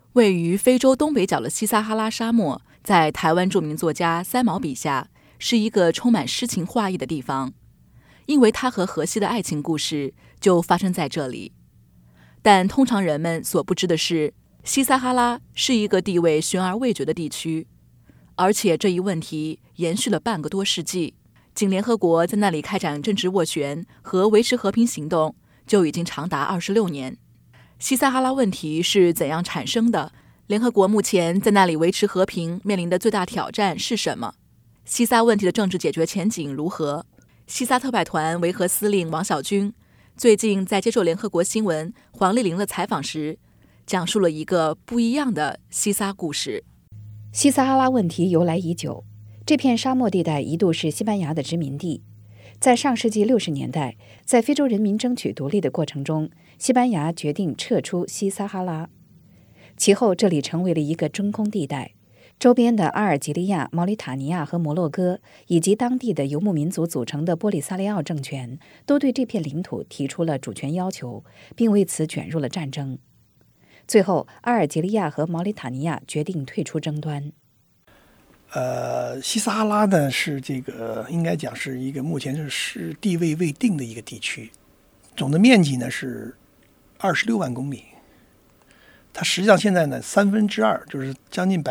位于非洲东北角的西撒哈拉沙漠，在台湾著名作家三毛笔下，是一个充满诗情画意的地方，因为他和荷西的爱情故事就发生在这里。但通常人们所不知的是，西撒哈拉是一个地位悬而未决的地区，而且这一问题延续了半个多世纪。仅联合国在那里开展政治斡旋和维持和平行动就已经长达26年。西撒哈拉问题是怎样产生的？联合国目前在那里维持和平面临的最大挑战是什么？西撒问题的政治解决前景如何？西撒特派团维和司令王小军最近在接受联合国新闻黄丽玲的采访时，讲述了一个不一样的西撒故事。 西撒哈拉问题由来已久，这片沙漠地带一度是西班牙的殖民地。在上世纪60年代，在非洲人民争取独立的过程中，西班牙决定撤出西撒哈拉。其后，这里成为了一个真空地带，周边的阿尔及利亚、毛里塔尼亚和摩洛哥，以及当地的游牧民族组成的波利萨利奥政权，都对这片领土提出了主权要求，并为此卷入了战争。最后，阿尔及利亚和毛里塔尼亚决定退出争端。 西撒哈拉呢是这个应该讲是一个目前是地位未定的一个地区，总的面积呢是26万公里。它实际上现在呢2/3，就是将近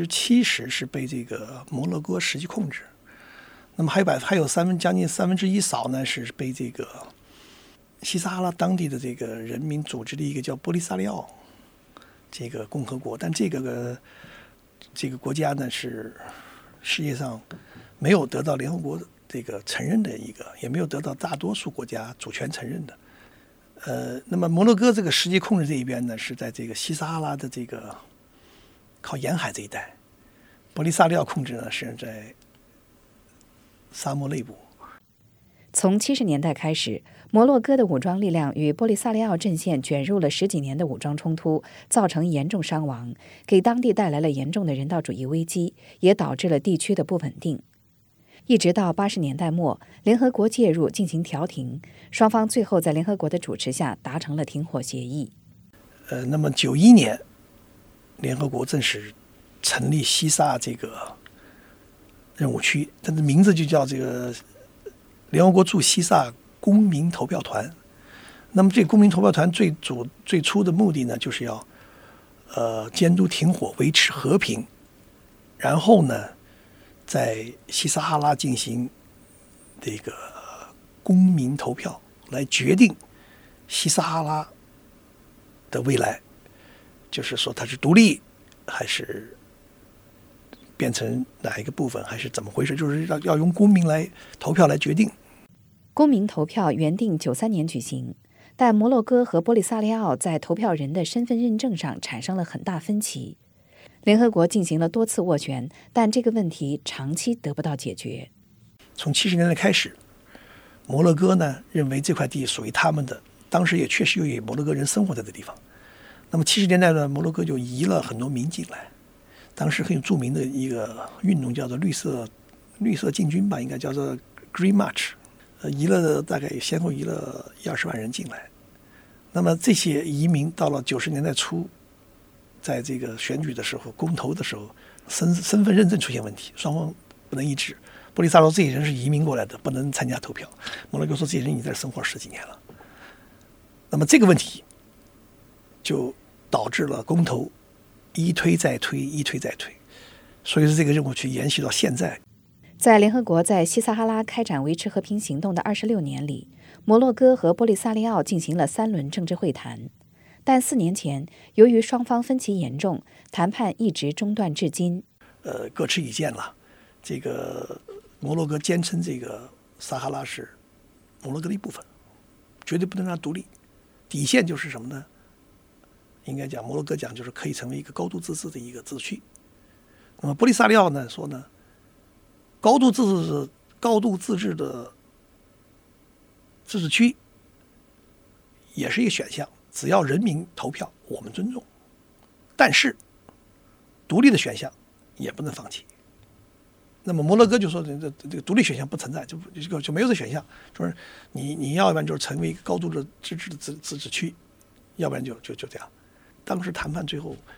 70%是被这个摩洛哥实际控制。那么还有将近1/3少呢是被这个西撒哈拉当地的这个人民组织的一个叫波利萨利奥这个共和国，但这个国家呢是世界上没有得到联合国这个承认的一个，也没有得到大多数国家主权承认的。那么摩洛哥这个实际控制这一边呢，是在这个西撒哈拉的这个靠沿海这一带，波利萨利奥控制呢是在沙漠内部。 从70年代开始，摩洛哥的武装力量与波利萨利奥阵线卷入了10几年的武装冲突，造成严重伤亡，给当地带来了严重的人道主义危机，也导致了地区的不稳定。一直到80年代末，联合国介入进行调停，双方最后在联合国的主持下达成了停火协议。 那么91年，联合国正式成立西撒这个任务区，它的名字就叫这个联合国驻西撒公民投票团。那么这个公民投票团最初的目的呢，就是要监督停火，维持和平，然后呢在西撒哈拉进行这个公民投票，来决定西撒哈拉的未来，就是说它是独立还是变成哪一个部分，还是怎么回事，就是要用公民来投票来决定。 公民投票原定93年举行，但摩洛哥和波利萨利奥在投票人的身份认证上产生了很大分歧。联合国进行了多次斡旋，但这个问题长期得不到解决。 从70年代开始，摩洛哥呢认为这块地属于他们的，当时也确实有摩洛哥人生活在这地方。那么70年代呢，摩洛哥就移了很多民进来，当时很有著名的一个运动叫做绿色进军吧，应该叫做 Green March， 大概先后移了20万人进来。那么这些移民到了90年代初，在这个选举的时候，公投的时候，身份认证出现问题，双方不能一致。波利萨罗这些人是移民过来的，不能参加投票。摩洛哥说这些人已经在这生活10几年了。那么这个问题就导致了公投一推再推，所以说这个任务区延续到现在。 在联合国在西撒哈拉开展维持和平行动的26年里，摩洛哥和波利萨利奥进行了3轮政治会谈。但4年前，由于双方分歧严重，谈判一直中断至今。 各持己见了。这个摩洛哥坚称这个撒哈拉是摩洛哥的一部分，绝对不能让它独立。底线就是什么呢？应该讲摩洛哥讲就是可以成为一个高度自治的一个自治区。那么波利萨利奥呢说呢，高度自治的自治区也是一个选项。只要人民投票，我们尊重，但是独立的选项也不能放弃。那么摩洛哥就说这个独立选项不存在，就没有这选项，就是你要不然就是成为一个高度的自治的自治区，要不然就这样。当时谈判最后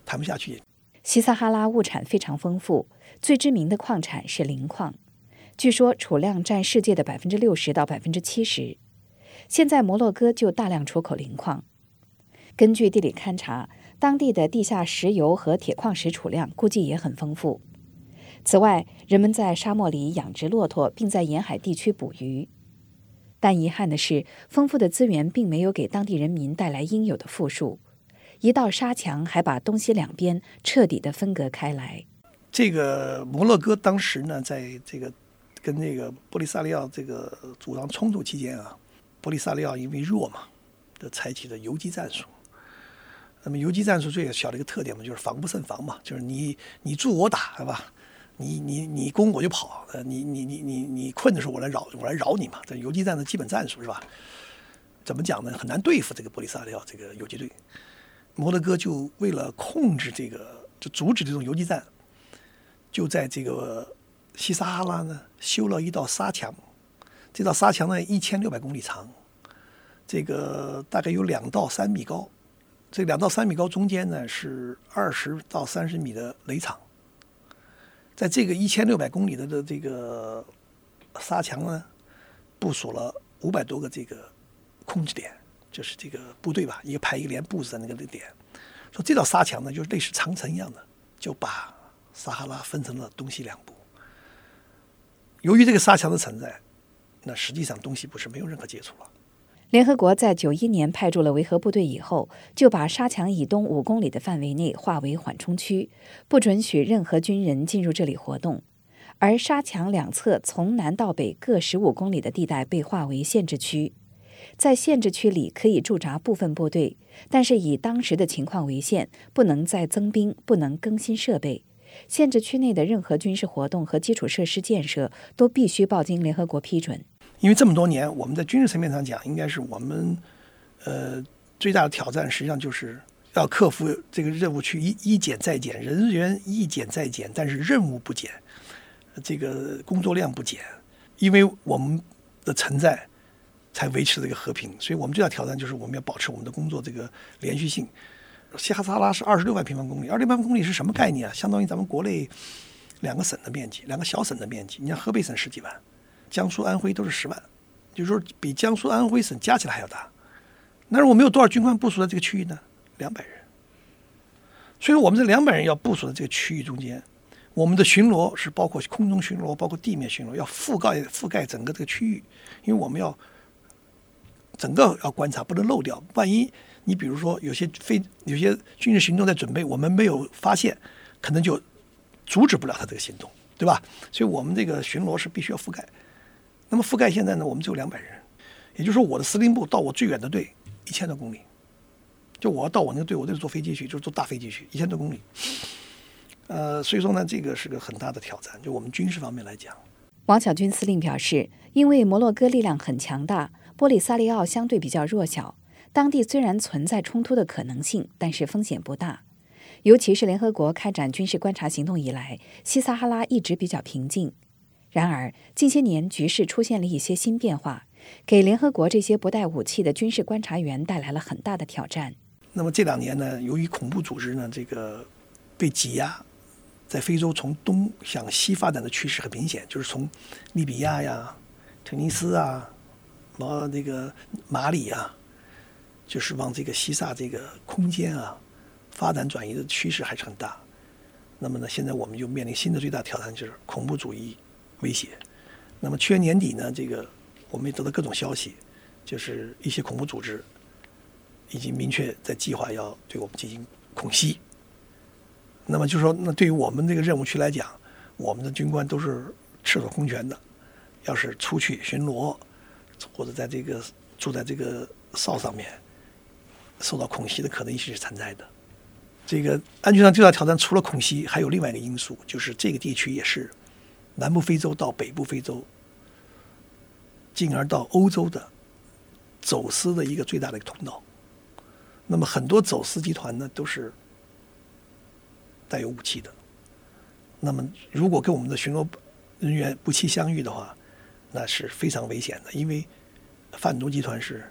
谈不下去。 西撒哈拉物产非常丰富，最知名的矿产是磷矿，据说储量占世界的60%到70%。现在摩洛哥就大量出口磷矿。根据地理勘察，当地的地下石油和铁矿石储量估计也很丰富。此外，人们在沙漠里养殖骆驼，并在沿海地区捕鱼。但遗憾的是，丰富的资源并没有给当地人民带来应有的富庶。一道沙墙还把东西两边彻底地分隔开来。 这个摩洛哥当时呢，在这个跟这个波利萨利奥这个主张冲突期间啊，波利萨利奥因为弱嘛，就采取了游击战术。那么游击战术最小的一个特点嘛，就是防不胜防嘛，就是你驻我打，对吧？你攻我就跑，你困的时候我来扰你嘛，这游击战的基本战术是吧？怎么讲呢？很难对付这个波利萨利奥这个游击队。摩洛哥就为了控制这个，就阻止这种游击战，就在这个西撒哈拉呢修了一道沙墙。这道沙墙呢1600公里长，这个大概有2到3米高。这2到3米高中间呢是20到30米的垒场。在这个1600公里的这个沙墙呢，部署了500多个这个控制点，就是这个部队吧，一个排一个连布置的那个点。说这道沙墙呢，就是类似长城一样的，就把撒哈拉分成了东西两部。由于这个沙墙的存在，那实际上东西部是没有任何接触了。 联合国在91年派驻了维和部队以后，就把沙墙以东5公里的范围内划为缓冲区，不准许任何军人进入这里活动。而沙墙两侧从南到北各15公里的地带被划为限制区。在限制区里可以驻扎部分部队，但是以当时的情况为限，不能再增兵，不能更新设备。限制区内的任何军事活动和基础设施建设都必须报经联合国批准。 因为这么多年，我们在军事层面上讲，应该是我们最大的挑战，实际上就是要克服这个任务区一减再减，人员一减再减，但是任务不减，这个工作量不减，因为我们的存在才维持这个和平，所以我们最大挑战就是我们要保持我们的工作这个连续性。西哈萨拉是26万平方公里，26万平方公里是什么概念啊？相当于咱们国内2个省的面积，2个小省的面积。你像河北省10几万，江苏、安徽都是10万，就是说比江苏、安徽省加起来还要大。那我们有多少军官部署在这个区域呢？200人。所以我们这200人要部署在这个区域中间，我们的巡逻是包括空中巡逻，包括地面巡逻，要覆盖整个这个区域，因为我们要整个要观察，不能漏掉。万一你比如说有些军事行动在准备，我们没有发现，可能就阻止不了他这个行动，对吧？所以我们这个巡逻是必须要覆盖。那么覆盖现在呢，我们只有200人，也就是说我的司令部到我最远的队1000多公里，就我要到我那个队，我得坐飞机去，就是坐大飞机去，1000多公里。所以说呢，这个是个很大的挑战，就我们军事方面来讲。 王小军司令表示，因为摩洛哥力量很强大，波利萨利奥相对比较弱小，当地虽然存在冲突的可能性，但是风险不大。尤其是联合国开展军事观察行动以来，西撒哈拉一直比较平静。然而，近些年局势出现了一些新变化，给联合国这些不带武器的军事观察员带来了很大的挑战。 那么这2年呢，由于恐怖组织呢这个被挤压，在非洲从东向西发展的趋势很明显，就是从利比亚呀、突尼斯啊、那个马里啊，就是往这个西撒这个空间啊发展转移的趋势还是很大。那么呢，现在我们就面临新的最大挑战，就是恐怖主义威胁。那么去年年底呢，这个我们也得到各种消息，就是一些恐怖组织已经明确在计划要对我们进行恐袭。那么就是说，那对于我们这个任务区来讲，我们的军官都是赤手空拳的，要是出去巡逻，或者在这个住在这个哨上面，受到恐袭的可能性是存在的。这个安全上最大挑战，除了恐袭，还有另外一个因素，就是这个地区也是南部非洲到北部非洲，进而到欧洲的走私的一个最大的一个通道。那么很多走私集团呢，都是带有武器的。那么如果跟我们的巡逻人员不期相遇的话，那是非常危险的，因为贩毒集团是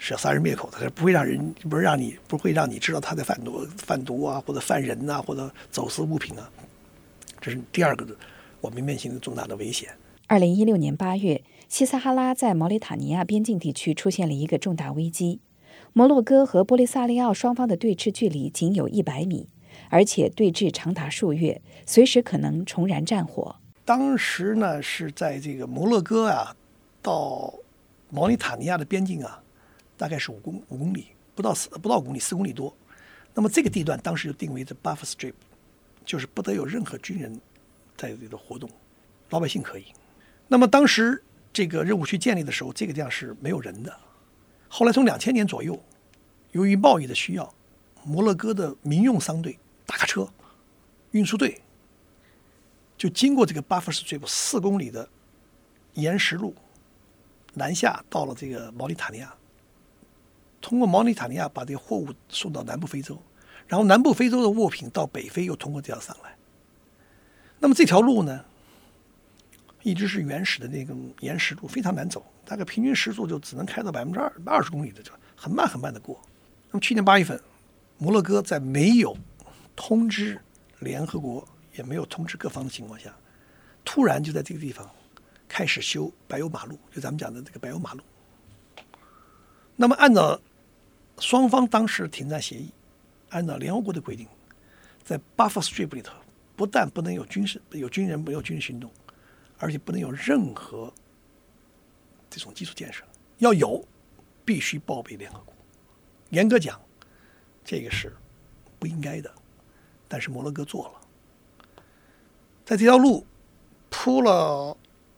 是要杀人灭口的，他不会让你知道他在贩毒啊，或者犯人啊，或者走私物品啊。这是第二个我们面临的重大的危险。 2016年8月，西撒哈拉在毛里塔尼亚边境地区出现了一个重大危机。摩洛哥和波利萨利奥双方的对峙距离仅有100米，而且对峙长达数月，随时可能重燃战火。 当时呢是在这个摩洛哥啊到毛里塔尼亚的边境啊，大概是5公里，不到5公里，4公里多。那么这个地段当时就定为这 Buffer Strip， 就是不得有任何军人在这个活动，老百姓可以。那么当时这个任务区建立的时候，这个地方是没有人的。后来从2000年左右，由于贸易的需要，摩洛哥的民用商队、大卡车、运输队就经过这个 Buffer Strip 4公里的岩石路南下，到了这个毛里塔尼亚，通过毛里塔尼亚把这个货物送到南部非洲，然后南部非洲的物品到北非又通过这条上来。那么这条路呢，一直是原始的那个岩石路，非常难走，大概平均时速就只能开到20公里的，就很慢的过。那么去年8月份，摩洛哥在没有通知联合国，也没有通知各方的情况下，突然就在这个地方开始修柏油马路，就咱们讲的这个柏油马路。那么按照双方当时的停战协议，按照联合国的规定，在 Buffer Strip 里头，不但不能有军人，没有军事行动，而且不能有任何这种基础建设，要有必须报备联合国。严格讲，这个是不应该的，但是摩洛哥做了，在这条路铺了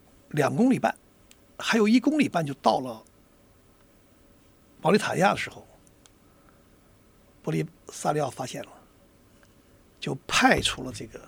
2公里半，还有1公里半就到了毛里塔尼亚的时候，波利萨利奥发现了，就派出了这个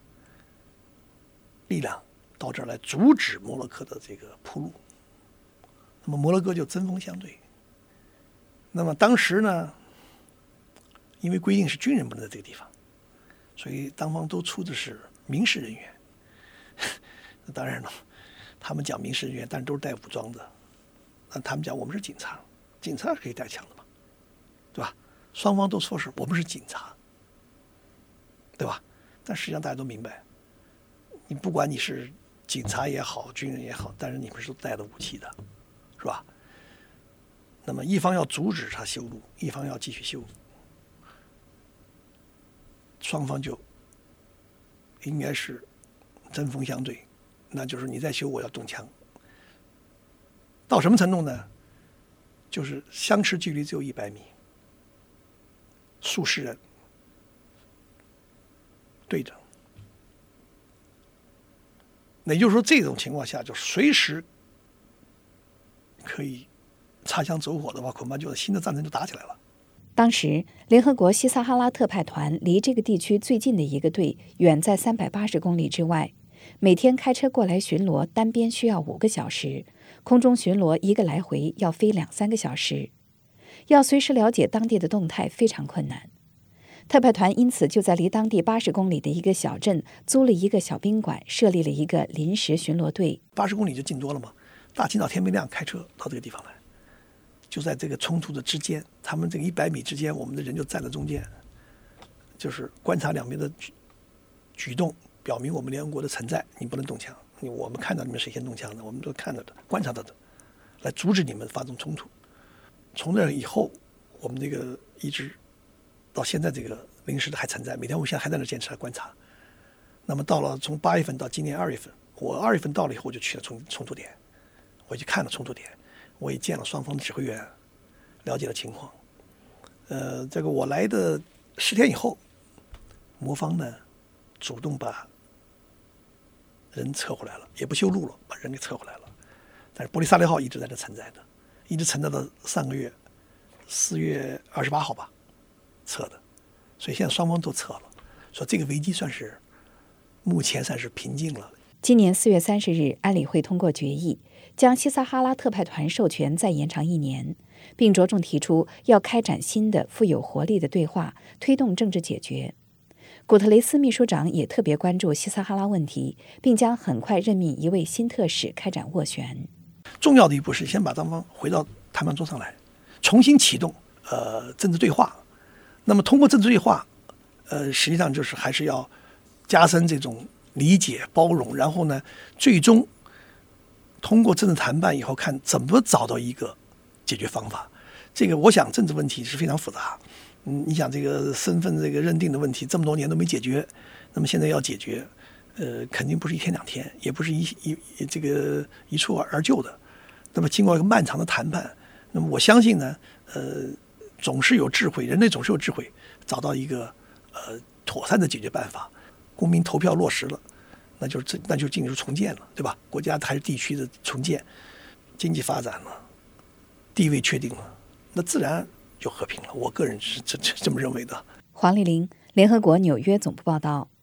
力量到这儿来阻止摩洛哥的这个铺路。那么摩洛哥就针锋相对。那么当时呢，因为规定是军人不能在这个地方，所以当方都出的是民事人员。那当然了，他们讲民事人员，但是都是带武装的。那他们讲我们是警察，警察是可以带枪的嘛，对吧？双方都说是我们是警察，对吧？但实际上大家都明白，你不管你是警察也好，军人也好，但是你们是带着武器的，是吧？那么一方要阻止他修路，一方要继续修，双方就应该是针锋相对，那就是你再修，我要动枪。到什么程度呢？就是相持距离只有100米，数十人对着。那也就是说，这种情况下就随时可以擦枪走火的话，恐怕就新的战争就打起来了。 当时，联合国西撒哈拉特派团离这个地区最近的一个队远在380公里之外，每天开车过来巡逻，单边需要5个小时，空中巡逻一个来回要飞2-3个小时，要随时了解当地的动态非常困难。特派团因此就在离当地80公里的一个小镇租了一个小宾馆，设立了一个临时巡逻队。 80公里就近多了嘛，大清早天没亮开车到这个地方来，就在这个冲突的之间，他们这个100米之间，我们的人就站在中间，就是观察两边的举动，表明我们联合国的存在，你不能动枪，我们看到你们谁先动枪的，我们都看到的，观察到的，来阻止你们发动冲突。从那以后，我们这个一直到现在这个临时的还存在，每天我现在还在那坚持来观察。那么到了从8月份到今年2月份，我2月份到了以后，我就去了冲突点，我去看了冲突点，我也见了双方的指挥员，了解了情况。这个我来的10天以后，摩方呢主动把人撤回来了，也不修路了，把人给撤回来了。但是波利萨利号一直在这存在的，一直存在到上个月4月28号吧撤的，所以现在双方都撤了，说这个危机目前算是平静了。 今年4月30日，安理会通过决议，将西撒哈拉特派团授权再延长1年，并着重提出要开展新的富有活力的对话，推动政治解决。古特雷斯秘书长也特别关注西撒哈拉问题，并将很快任命一位新特使开展斡旋。 重要的一步是先把双方回到谈判桌上来， 重新启动政治对话。那么通过政治对话，实际上就是还是要加深这种理解包容，然后呢，最终通过政治谈判以后，看怎么找到一个解决方法。这个我想政治问题是非常复杂。你想这个身份这个认定的问题，这么多年都没解决，那么现在要解决，肯定不是一天两天，也不是一蹴而就的。那么经过一个漫长的谈判，那么我相信呢，总是有智慧，人类总是有智慧，找到一个妥善的解决办法。公民投票落实了，那就进入重建了，对吧？国家还是地区的重建，经济发展了，地位确定了，那自然就和平了。我个人是这么认为的。 黄丽玲，联合国纽约总部报道。